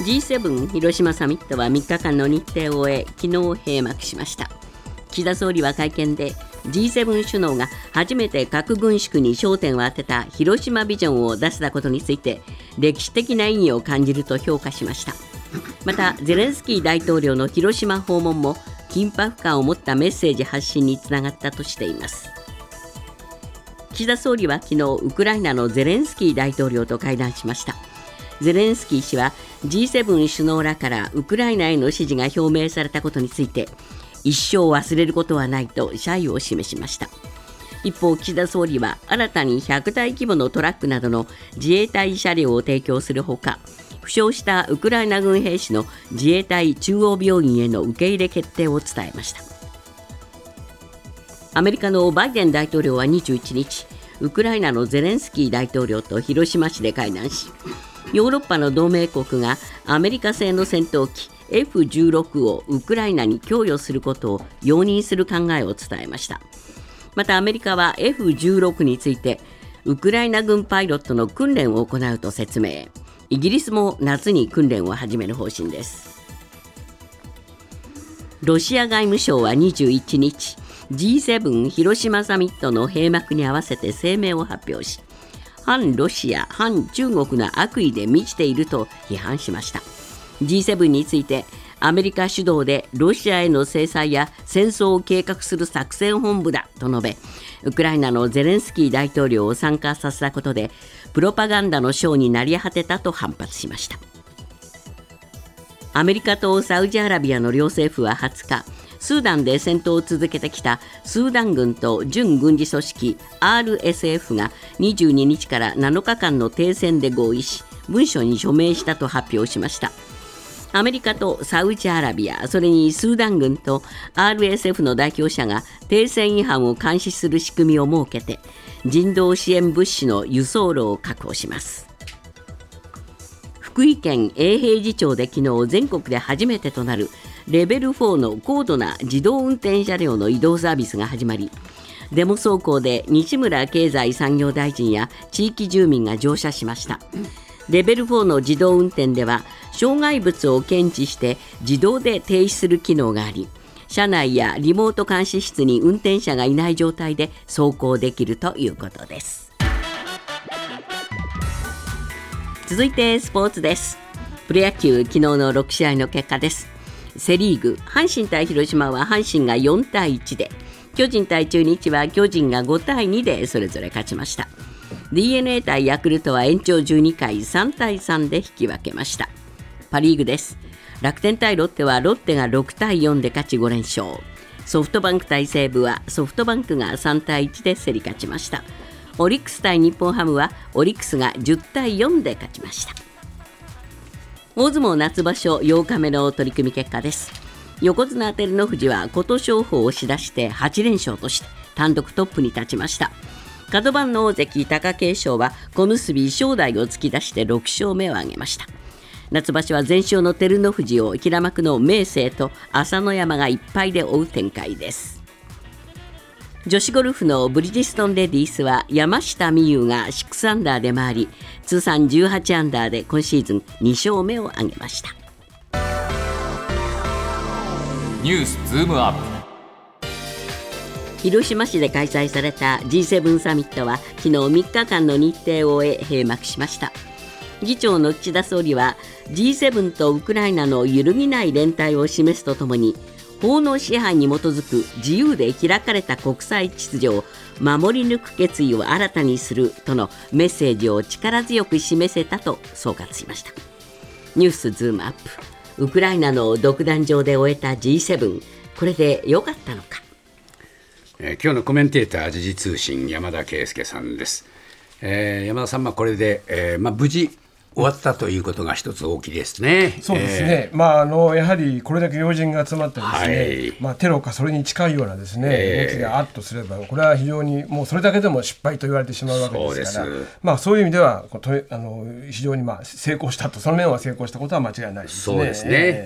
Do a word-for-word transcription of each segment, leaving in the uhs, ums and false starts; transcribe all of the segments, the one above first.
ジーセブン 広島サミットはみっかかんの日程を終え、昨日閉幕しました。岸田総理は会見で ジーセブン 首脳が初めて核軍縮に焦点を当てた広島ビジョンを出せたことについて歴史的な意義を感じると評価しました。またゼレンスキー大統領の広島訪問も緊迫感を持ったメッセージ発信につながったとしています。岸田総理は昨日ウクライナのゼレンスキー大統領と会談しました。ゼレンスキー氏は ジーセブン 首脳らからウクライナへの支持が表明されたことについて一生忘れることはないと謝意を示しました。一方、岸田総理は新たにひゃくだい規模のトラックなどの自衛隊車両を提供するほか、負傷したウクライナ軍兵士の自衛隊中央病院への受け入れ決定を伝えました。アメリカのバイデン大統領はにじゅういちにち、ウクライナのゼレンスキー大統領と広島市で会談し、ヨーロッパの同盟国がアメリカ製の戦闘機 エフじゅうろく をウクライナに供与することを容認する考えを伝えました。またアメリカは エフじゅうろく についてウクライナ軍パイロットの訓練を行うと説明。イギリスも夏に訓練を始める方針です。ロシア外務省はにじゅういちにち、ジーセブン 広島サミットの閉幕に合わせて声明を発表し、反ロシア、反中国の悪意で満ちていると批判しました。 ジーセブン についてアメリカ主導でロシアへの制裁や戦争を計画する作戦本部だと述べ、ウクライナのゼレンスキー大統領を参加させたことでプロパガンダのショーになり果てたと反発しました。アメリカとサウジアラビアの両政府ははつか、スーダンで戦闘を続けてきたスーダン軍と準軍事組織 アールエスエフ がにじゅうににちからなのかかんの停戦で合意し、文書に署名したと発表しました。アメリカとサウジアラビア、それにスーダン軍と アールエスエフ の代表者が停戦違反を監視する仕組みを設けて、人道支援物資の輸送路を確保します。福井県永平寺町で昨日全国で初めてとなるレベルフォーの高度な自動運転車両の移動サービスが始まり、デモ走行で西村経済産業大臣や地域住民が乗車しました。レベルフォーの自動運転では障害物を検知して自動で停止する機能があり、車内やリモート監視室に運転者がいない状態で走行できるということです。続いてスポーツです。プロ野球、昨日のろくしあいの結果です。セリーグ、阪神対広島は阪神がよんたいいちで、巨人対中日は巨人がごたいにでそれぞれ勝ちました。 ディーエヌエー 対ヤクルトは延長じゅうにかいさんたいさんで引き分けました。パリーグです。楽天対ロッテはロッテがろくたいよんで勝ちごれんしょう。ソフトバンク対西武はソフトバンクがさんたいいちで競り勝ちました。オリックス対日本ハムはオリックスがじゅったいよんで勝ちました。大相撲夏場所ようかめの取り組み結果です。横綱照ノ富士は琴勝峰を押し出してはちれんしょうとして単独トップに立ちました。角番の大関貴景勝は小結正代を突き出してろくしょうめを挙げました。夏場所は全勝の照ノ富士を平幕の明生と朝乃山がいっぱいで追う展開です。女子ゴルフのブリヂストンレディースは山下美夢有がろくアンダーで回り、通算じゅうはちアンダーで今シーズンにしょうめを挙げました。 ニュースズームアップ。 広島市で開催された ジーセブン サミットは昨日みっかかんの日程を終え閉幕しました。議長の岸田総理は ジーセブン とウクライナの揺るぎない連帯を示すとともに、法の支配に基づく自由で開かれた国際秩序を守り抜く決意を新たにするとのメッセージを力強く示せたと総括しました。ニュースズームアップ。ウクライナの独壇場で終えた ジーセブン、これで良かったのか。 えー、今日のコメンテーター時事通信山田圭介さんです。えー、山田さん、まあ、これで、えーまあ、無事終わったということが一つ大きいですね。 そうですね、えーまあ、あのやはりこれだけ要人が集まってですね、 はいまあ、テロかそれに近いようなですね、 えー動きがあっとすれば、これは非常にもうそれだけでも失敗と言われてしまうわけですから、 そうです、 まあ、そういう意味ではこうとあの非常にまあ成功したと、その面は成功したことは間違いないですね。 そうですね、 えー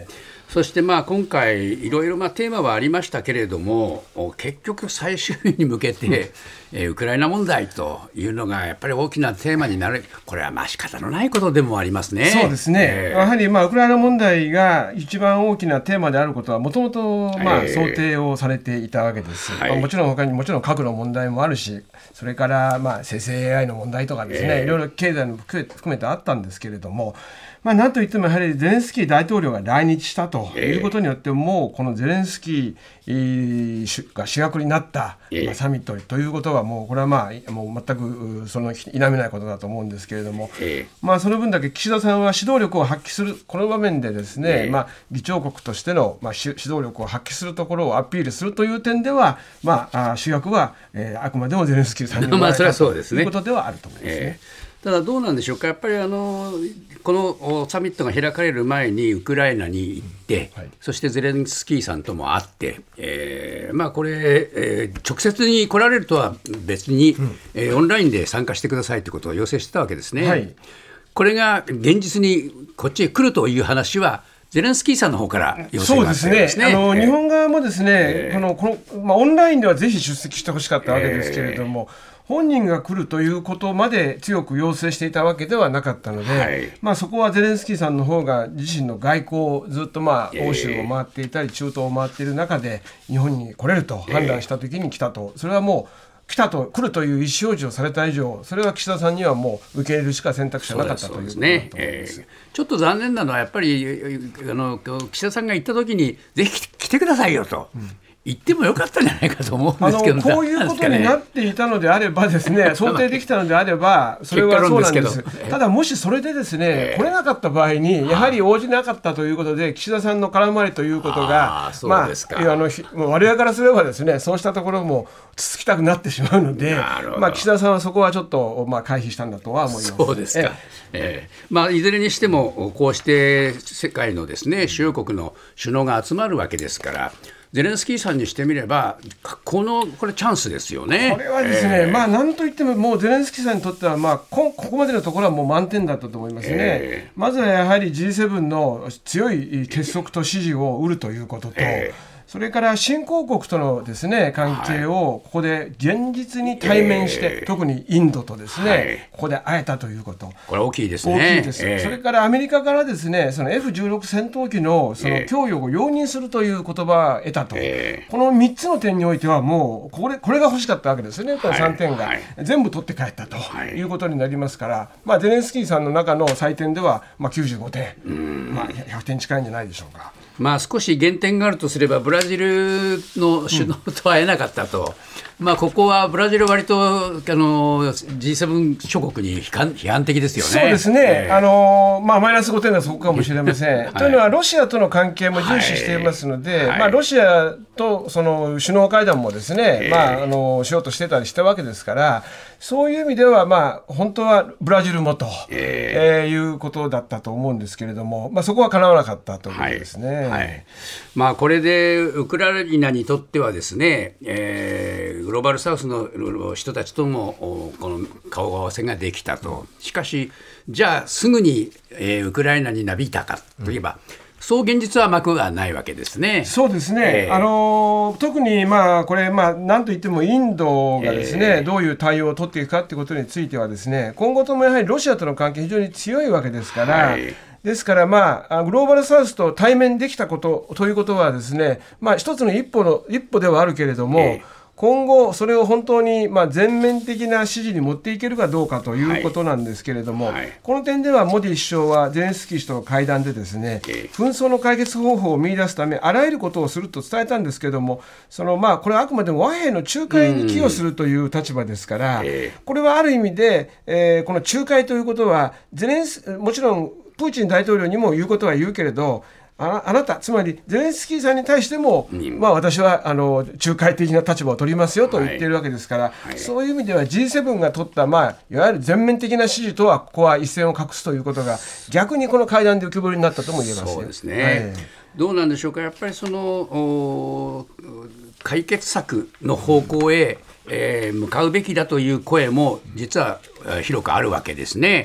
そしてまあ今回いろいろまあテーマはありましたけれども、結局最終日に向けて、うんえー、ウクライナ問題というのがやっぱり大きなテーマになる。これはまあ仕方のないことでもありますね。 そうですね、えー、やはりまあウクライナ問題が一番大きなテーマであることはもともと想定をされていたわけです、はいまあ、もちろん他にもちろん核の問題もあるし、それからまあ生成 エーアイ の問題とかですね、えー、いろいろ経済も含め、含めてあったんですけれども、まあ、なんといってもやはりゼレンスキー大統領が来日したということによって、もうこのゼレンスキーが主役になったサミットということは、もうこれはまあもう全くその否めないことだと思うんですけれども、まあその分だけ岸田さんは指導力を発揮するこの場面でですね、まあ議長国としてのまあ指導力を発揮するところをアピールするという点では、まあ主役はえあくまでもゼレンスキーさんに生まれたということではあると思いますね。 ただどうなんでしょうか、やっぱりあのこのサミットが開かれる前にウクライナに行って、はい、そしてゼレンスキーさんとも会って、えーまあ、これ、えー、直接に来られるとは別に、うんえー、オンラインで参加してくださいということを要請してたわけですね、はい、これが現実にこっちへ来るという話はゼレンスキーさんの方から要請があったんですね。 そうですね、あの、えー、日本側もですね、えー、このこの、まあ、オンラインではぜひ出席してほしかったわけですけれども、えー本人が来るということまで強く要請していたわけではなかったので、はいまあ、そこはゼレンスキーさんの方が自身の外交をずっとまあ欧州を回っていたり中東を回っている中で日本に来れると判断したときに来たと、それはもう来たと来るという意思表示をされた以上、それは岸田さんにはもう受け入れるしか選択肢はなかったということだと思います。えー、 ちょっと残念なのはやっぱりあの岸田さんが言ったときにぜひ来てくださいよと。うん言ってもよかったんじゃないかと思うんですけど、 あのこういうことになっていたのであればですね想定できたのであればそれはそうなんです。ただもしそれでですね、えー、来れなかった場合にやはり応じなかったということで岸田さんの絡まりということが、あまあ、あの我々からすればですねそうしたところもつつきたくなってしまうので、まあ、岸田さんはそこはちょっと、まあ、回避したんだとは思います。 そうですか、えーまあ、いずれにしてもこうして世界のですね主要国の首脳が集まるわけですから、ゼレンスキーさんにしてみればこのこれチャンスですよね。 これはですね、えー、まあなんといってももうゼレンスキーさんにとっては、まあ、こ, ここまでのところはもう満点だったと思いますね、えー、まずはやはり ジーセブン の強い結束と支持を得るということと、えーそれから新興国とのですね関係をここで現実に対面して、はいえー、特にインドとですね、はい、ここで会えたということ、 これ大きいですね。 大きいです、えー、それからアメリカからですねその エフじゅうろく 戦闘機のその供与を容認するという言葉を得たと、えー、このみっつの点においてはもうこれ、これが欲しかったわけですよね。このさんてんが、はい、全部取って帰ったということになりますから、まあ、ゼレンスキーさんの中の採点では、まあ、きゅうじゅうごてん、うんまあ、ひゃくてん近いんじゃないでしょうか。 まあ、少し減点があるとすればブラジルの首脳と会えなかったと、うんまあ、ここはブラジル割とあの ジーセブン 諸国に批判的ですよね。 そうですね、えーあのまあ、マイナスごてんはそこかもしれません、はい、というのはロシアとの関係も重視していますので、はいまあ、ロシアとその首脳会談もですね、えーまあ、あのしようとしてたりしたわけですから、そういう意味では、まあ、本当はブラジルもと、えーえー、いうことだったと思うんですけれども、まあ、そこは叶わなかったということですね。はいはいまあ、これでウクライナにとってはですね、えー、グローバルサウスの人たちともこの顔合わせができたと。しかしじゃあすぐに、えー、ウクライナになびいたかといえば、うんそう現実は幕がないわけですね。 そうですね、えーあのー、特にまあこれ、まあ、なんといってもインドがですね、えー、どういう対応を取っていくかということについてはですね、今後ともやはりロシアとの関係非常に強いわけですから、はいですから、まあ、グローバルサウスと対面できたことということはですね、まあ、一つの一歩の一歩ではあるけれども、えー今後それを本当にまあ全面的な支持に持っていけるかどうかということなんですけれども、はいはい、この点ではモディ首相はゼレンスキー氏との会談でですね、紛争の解決方法を見出すためあらゆることをすると伝えたんですけれども、そのまあこれはあくまでも和平の仲介に寄与するという立場ですから、これはある意味で、えー、この仲介ということはゼレンスもちろんプーチン大統領にも言うことは言うけれど、あ, あなたつまりゼレンスキーさんに対しても、うんまあ、私はあの仲介的な立場を取りますよと言っているわけですから、はいはい、そういう意味では ジーセブン が取った、まあ、いわゆる全面的な支持とはここは一線を画すということが逆にこの会談で浮き彫りになったとも言えますよ。 そうですね、はい、どうなんでしょうか。やっぱりその解決策の方向へ、えー、向かうべきだという声も実は広くあるわけですね。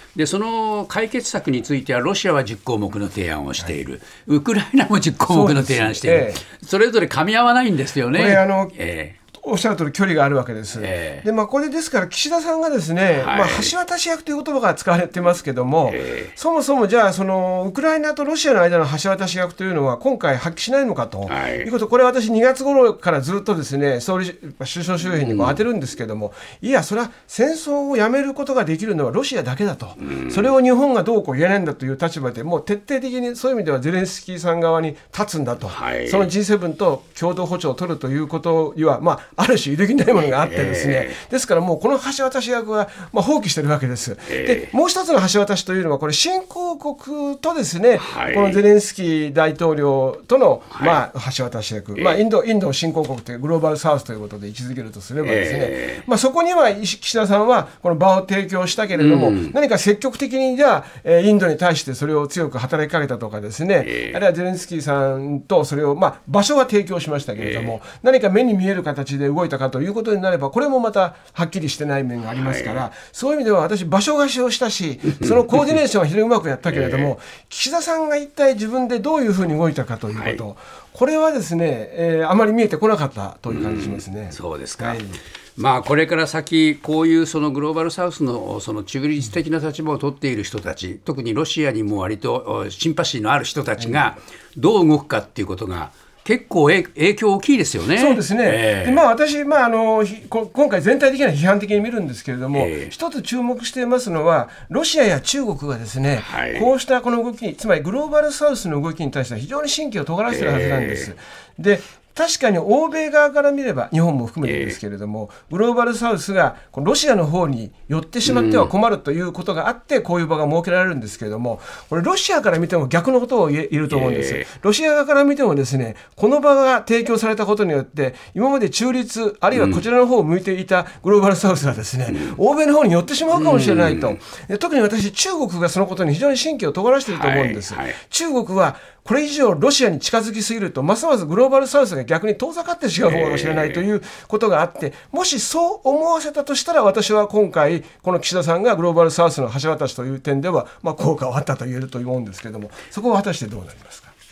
でその解決策についてはロシアはじゅっこうもくの提案をしている、はい、ウクライナもじゅっこうもくの提案している そ,、ええ、それぞれ噛み合わないんですよね。 これあの、 ええおっしゃる通り距離があるわけです、えーでまあ、これですから岸田さんがですね、はいまあ、橋渡し役という言葉が使われてますけども、えー、そもそもじゃあそのウクライナとロシアの間の橋渡し役というのは今回発揮しないのかと、はい、いうことこれ私にがつ頃からずっとですね総理首相周辺にこう当てるんですけども、うん、いやそれは戦争をやめることができるのはロシアだけだと、うん、それを日本がどうこう言えないんだという立場でもう徹底的にそういう意味ではゼレンスキーさん側に立つんだと、はい、その ジーセブン と共同歩調を取るということには、まあ、ある種揺るぎないものがあってですね、えー、ですからもうこの橋渡し役は、まあ、放棄しているわけです、えー、でもう一つの橋渡しというのはこれ新興国とですね、はい、このゼレンスキー大統領との、はいまあ、橋渡し役、えーまあ、インド、インドを新興国というグローバルサウスということで位置づけるとすればですね、えーまあ、そこには岸田さんはこの場を提供したけれども、うん、何か積極的にじゃあ、えー、インドに対してそれを強く働きかけたとかですね、えー、あるいはゼレンスキーさんとそれを、まあ、場所は提供しましたけれども、えー、何か目に見える形で動いたかということになればこれもまたはっきりしてない面がありますから、はい、そういう意味では私場所貸しをしたしそのコーディネーションは非常にうまくやったけれども、えー、岸田さんが一体自分でどういうふうに動いたかということ、はい、これはですね、えー、あまり見えてこなかったという感じしますね、 うん、そうですか、はいまあ、これから先こういうそのグローバルサウス の, その中立的な立場を取っている人たち特にロシアにも割とシンパシーのある人たちがどう動くかっていうことが結構影響大きいですよね。 そうですね、えーでまあ、私、まあ、あの今回全体的には批判的に見るんですけれども、えー、一つ注目していますのはロシアや中国がですね、はい、こうしたこの動きつまりグローバルサウスの動きに対しては非常に神経を尖らせているはずなんです、えー、で確かに欧米側から見れば日本も含めてですけれども、えー、グローバルサウスがロシアの方に寄ってしまっては困るということがあってこういう場が設けられるんですけれどもこれロシアから見ても逆のことを言えると思うんです、えー、ロシア側から見てもですねこの場が提供されたことによって今まで中立あるいはこちらの方を向いていたグローバルサウスがですね、うん、欧米の方に寄ってしまうかもしれないと、うん、特に私中国がそのことに非常に神経を尖らせていると思うんです、はいはい、中国はこれ以上ロシアに近づきすぎるとますますグローバルサウスが逆に遠ざかってしまうかもしれないということがあってもしそう思わせたとしたら私は今回この岸田さんがグローバルサウスの橋渡しという点では、まあ、効果はあったと言えると思うんですけれどもそこは果たしてどうなりますか。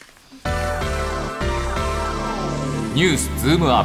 ニュースズームアッ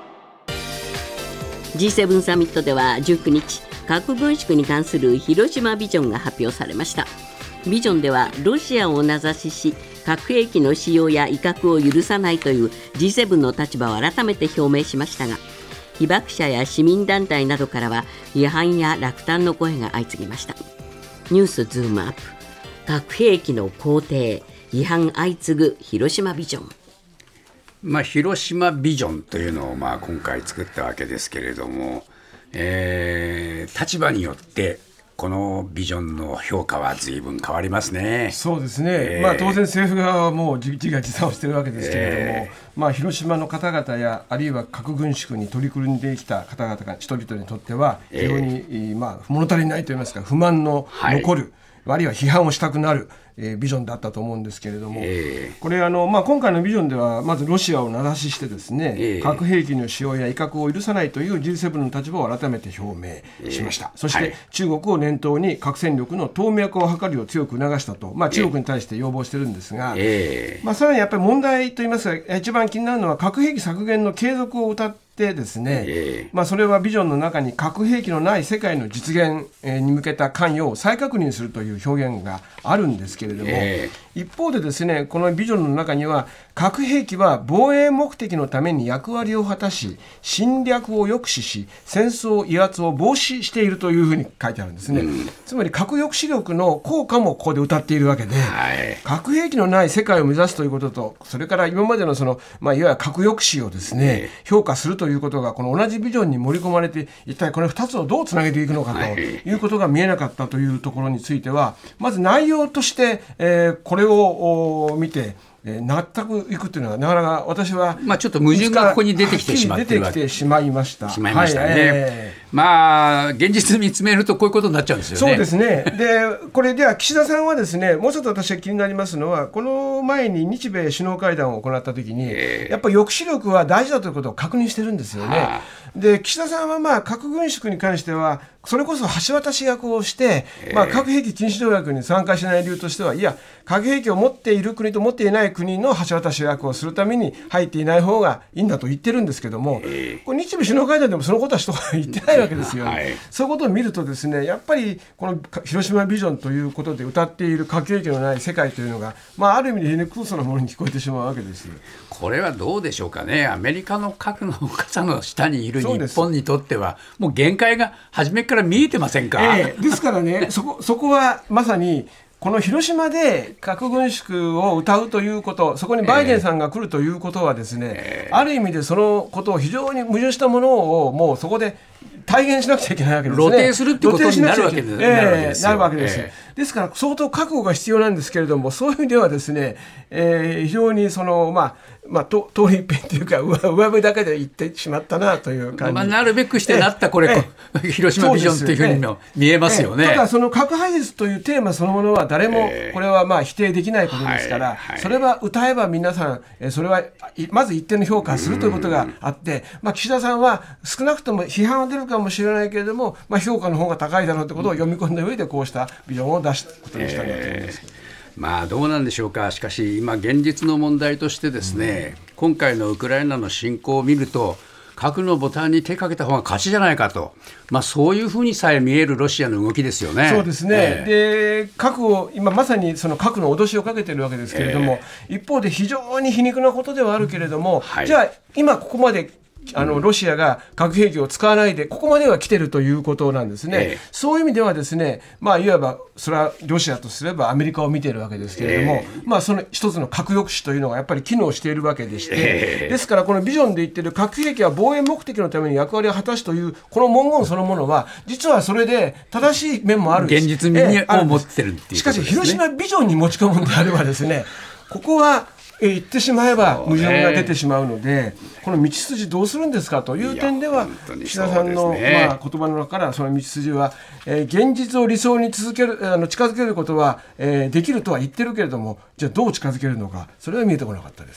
プ ジーセブン サミットではじゅうくにち核軍縮に関する広島ビジョンが発表されました。ビジョンではロシアを名指しし核兵器の使用や威嚇を許さないという ジーセブン の立場を改めて表明しましたが被爆者や市民団体などからは批判や落胆の声が相次ぎました。ニュースズームアップ核兵器の肯定批判相次ぐ広島ビジョン。 まあ、広島ビジョンというのをまあ今回作ったわけですけれども、えー、立場によってこのビジョンの評価は随分変わりますね。 そうですね、えーまあ、当然政府側はもう自画自賛をしているわけですけれども、えーまあ、広島の方々やあるいは核軍縮に取り組んできた方々が人々にとっては非常に、えーまあ、物足りないといいますか不満の残る、はい、あるいは批判をしたくなるえー、ビジョンだったと思うんですけれども、えーこれあの、まあ、今回のビジョンではまずロシアを名指ししてですね、えー、核兵器の使用や威嚇を許さないという ジーセブン の立場を改めて表明しました、えー、そして、はい、中国を念頭に核戦力の透明化を図るよう強く促したと、まあ、中国に対して要望してるんですが、えーまあ、さらにやっぱり問題といいますか一番気になるのは核兵器削減の継続を謳ってでですねえーまあ、それはビジョンの中に核兵器のない世界の実現に向けた関与を再確認するという表現があるんですけれども、えー、一方でですねこのビジョンの中には核兵器は防衛目的のために役割を果たし侵略を抑止し戦争威圧を防止しているというふうに書いてあるんですね、うん、つまり核抑止力の効果もここで謳っているわけで、はい、核兵器のない世界を目指すということとそれから今までのその、まあ、いわゆる核抑止をですね、えー、評価するということがこの同じビジョンに盛り込まれて一体このふたつをどうつなげていくのかということが見えなかったというところについてはまず内容として、えー、これを見てえー、納得いくというのはなかなか私は、 まあ、ちょっと矛盾がここに出てきてしまってるわけ出てきてしまいましたしまいましたね、はいえーまあ現実見つめるとこういうことになっちゃうんですよね。 そうですね。でこれでは岸田さんはですね、もうちょっと私が気になりますのは、この前に日米首脳会談を行ったときに、えー、やっぱり抑止力は大事だということを確認してるんですよね。で岸田さんはまあ核軍縮に関してはそれこそ橋渡し役をして、まあ、核兵器禁止条約に参加しない理由としては、いや核兵器を持っている国と持っていない国の橋渡し役をするために入っていない方がいいんだと言ってるんですけども、これ日米首脳会談でもそのことは人が言ってないわけですよ、はい、そういうことを見るとですね、やっぱりこの広島ビジョンということで歌っている核兵器のない世界というのが、まあ、ある意味で非常に空想なものに聞こえてしまうわけです。 これはどうでしょうかね。アメリカの核の傘の下にいる日本にとってはもう限界が初めから見えてませんか。 えー、ですからねそこ、そこはまさにこの広島で核軍縮を謳うということ、そこにバイデンさんが来るということはですね、えー、ある意味でそのことを非常に矛盾したものをもうそこで体現しなくちゃいけないわけですね。 露呈するってことになるわけですよ。 えー、なるわけです、えー、ですから相当覚悟が必要なんですけれども、そういう意味ではですね、えー、非常にそのまあまあ、と通り一遍というか上辺だけで言ってしまったなという感じ、 まあ、なるべくしてなったこれ、え広島ビジョンというふうにも見えますよね。 ただその核廃絶というテーマそのものは誰もこれはまあ否定できないことですから、えーはい、それは歌えば皆さんそれはまず一定の評価するということがあって、まあ、岸田さんは少なくとも批判は出るかもしれないけれども、まあ、評価の方が高いだろうということを読み込んだ上でこうしたビジョンを出したことにしたんだと思います、えーまあ、どうなんでしょうか。しかし今現実の問題としてですね、うん、今回のウクライナの侵攻を見ると核のボタンに手かけた方が勝ちじゃないかと、まあ、そういうふうにさえ見えるロシアの動きですよね。 そうですね、えー、で核を今まさにその核の脅しをかけているわけですけれども、えー、一方で非常に皮肉なことではあるけれども、はい、じゃあ今ここまであのロシアが核兵器を使わないでここまでは来てるということなんですね、ええ、そういう意味ではですね、まあ、いわばそれはロシアとすればアメリカを見ているわけですけれども、ええまあ、その一つの核抑止というのがやっぱり機能しているわけでして、ええ、ですからこのビジョンで言っている核兵器は防衛目的のために役割を果たすというこの文言そのものは実はそれで正しい面もあるし現実味を持ってるっていうことですね。 しかし広島ビジョンに持ち込むのであればですねここは言ってしまえば矛盾が出てしまうので、この道筋どうするんですかという点では岸田さんの、ねまあ、言葉の中からその道筋は、えー、現実を理想に続けるあの近づけることは、えー、できるとは言ってるけれども、じゃあどう近づけるのかそれは見えてこなかったです。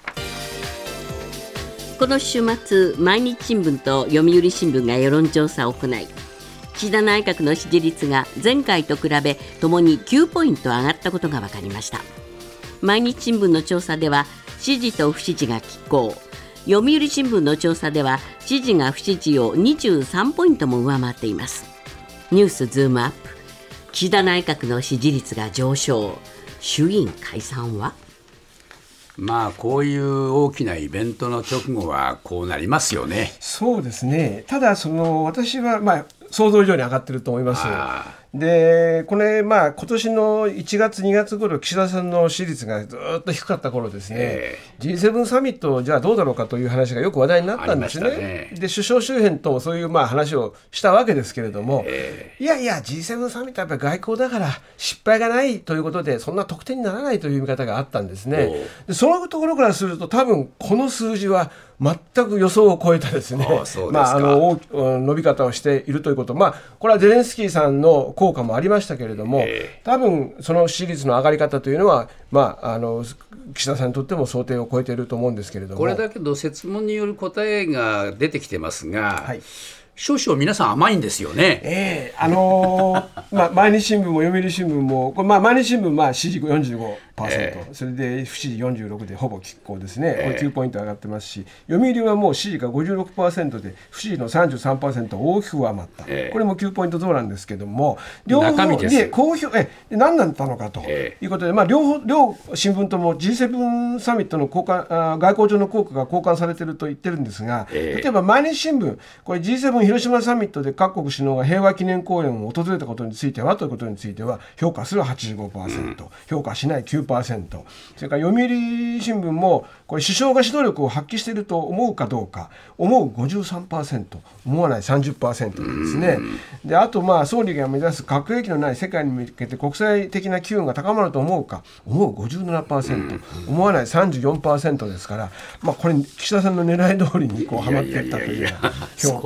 この週末毎日新聞と読売新聞が世論調査を行い、岸田内閣の支持率が前回と比べともにきゅうポイント上がったことが分かりました。毎日新聞の調査では支持と不支持が拮抗、読売新聞の調査では支持が不支持をにじゅうさんポイントも上回っています。ニュースズームアップ、岸田内閣の支持率が上昇、衆議院解散は。 まあこういう大きなイベントの直後はこうなりますよね。 そうですね。ただその私はまあ想像以上に上がってると思います。でこれ、まあ、今年のいちがつにがつ頃岸田さんの支持率がずっと低かった頃ですね、えー、ジーセブン サミットじゃあどうだろうかという話がよく話題になったんです ね, ねで首相周辺ともそういうまあ話をしたわけですけれども、えー、いやいや ジーセブン サミットはやっぱり外交だから失敗がないということでそんな得点にならないという見方があったんですね。でそのところからすると多分この数字は全く予想を超えたですね、まあ、あの伸び方をしているということ、まあ、これはゼレンスキーさんの効果もありましたけれども、多分その支持率の上がり方というのは、まあ、あの岸田さんにとっても想定を超えていると思うんですけれども、 これだけど設問による答えが出てきてますが、はい、少々皆さん甘いんですよね。 えーあのーまあ、毎日新聞も読売新聞もこれ、まあ、毎日新聞まあ支持よんじゅうごパーセント、えー、それで不支持よんじゅうろくでほぼ拮抗ですね、えー、これきゅうポイント上がってますし、読売はもう支持が ごじゅうろくパーセント で不支持の さんじゅうさんパーセント を大きく上回った、えー、これもきゅうポイント増なんですけども、両方で公表え何だったのかということで、まあ、両方両新聞とも ジーセブン サミットの交換あ外交上の効果が交換されていると言ってるんですが、えー、例えば毎日新聞これ ジーセブン 広島サミットで各国首脳が平和記念公園を訪れたことについてはということについては評価する はちじゅうごパーセント、うん、評価しない きゅうパーセント、それから読売新聞もこれ首相が指導力を発揮していると思うかどうか、思う ごじゅうさんパーセント、思わない さんじゅっパーセント ですね。であとまあ総理が目指す核兵器のない世界に向けて国際的な機運が高まると思うか、思う ごじゅうななパーセント、思わない さんじゅうよんパーセント ですから、まあ、これ岸田さんの狙い通りにこうはまっていったという評価、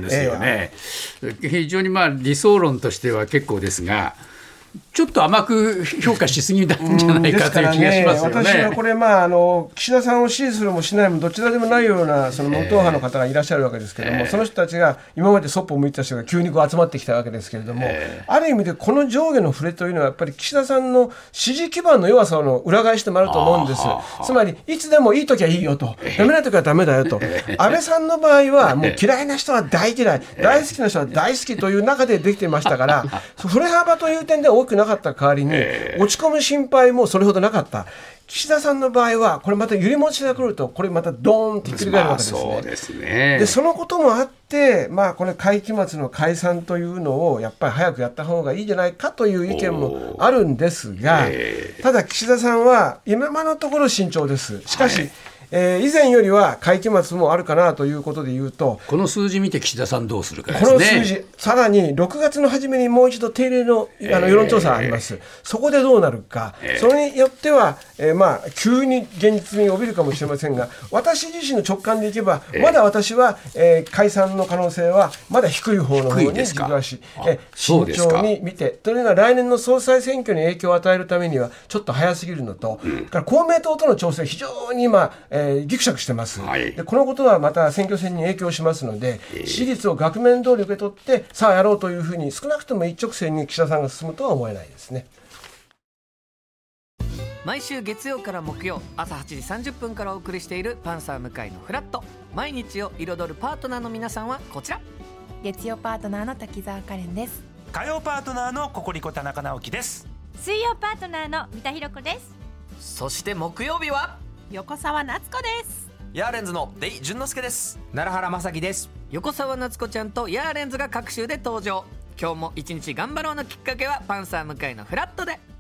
ですよね、ええ、非常にまあ理想論としては結構ですが、ちょっと甘く評価しすぎなんじゃないかという気がしますよね。 私はこれ、まあ、あの岸田さんを支持するもしないもどちらでもないようなその無党派の方がいらっしゃるわけですけれども、えー、その人たちが今までそっぽを向いてた人が急にこう集まってきたわけですけれども、えー、ある意味でこの上下の触れというのはやっぱり岸田さんの支持基盤の弱さの裏返しでもあると思うんです。つまりいつでもいい時はいいよと、えー、ダメな時はダメだよと、えー、安倍さんの場合はもう嫌いな人は大嫌い、えー、大好きな人は大好きという中でできていましたから振れ幅という点では大きくなかった代わりに落ち込む心配もそれほどなかった。岸田さんの場合はこれまた揺り持ちが来るとこれまたドーンとひっくり返るわけですね。 まあ、そうですね。 でそのこともあって、まあ、これ会期末の解散というのをやっぱり早くやった方がいいんじゃないかという意見もあるんですが、えー、ただ岸田さんは今のところ慎重です。しかし、はい、えー、以前よりは会期末もあるかなということでいうと、 この数字見て岸田さんどうするかですね。 この数字さらにろくがつの初めにもう一度定例 の, あの世論調査があります、えー、そこでどうなるか、えー、それによっては、えーまあ、急に現実に帯びるかもしれませんが、私自身の直感でいけば、えー、まだ私は、えー、解散の可能性はまだ低い方の方に軸足、えー、慎重に見て、というのは来年の総裁選挙に影響を与えるためにはちょっと早すぎるのと、うん、から公明党との調整非常に今、えーえー、ギクシャクしてます、はい、でこのことはまた選挙戦に影響しますので、えー、支持率を額面通り受け取ってさあやろうというふうに少なくとも一直線に岸田さんが進むとは思えないですね。 毎週月曜から木曜朝はちじさんじゅっぷんからお送りしているパンサー向井のフラット。毎日を彩るパートナーの皆さんはこちら。 月曜パートナーの滝沢カレンです。 火曜パートナーのココリコ田中直樹です。 水曜パートナーの三田寛子です。 そして木曜日は横澤夏子です。 ヤーレンズのデイ淳之介です。奈良原雅樹です。 横澤夏子ちゃんとヤーレンズが各週で登場。今日も一日頑張ろうのきっかけはパンサー向井のフラットで。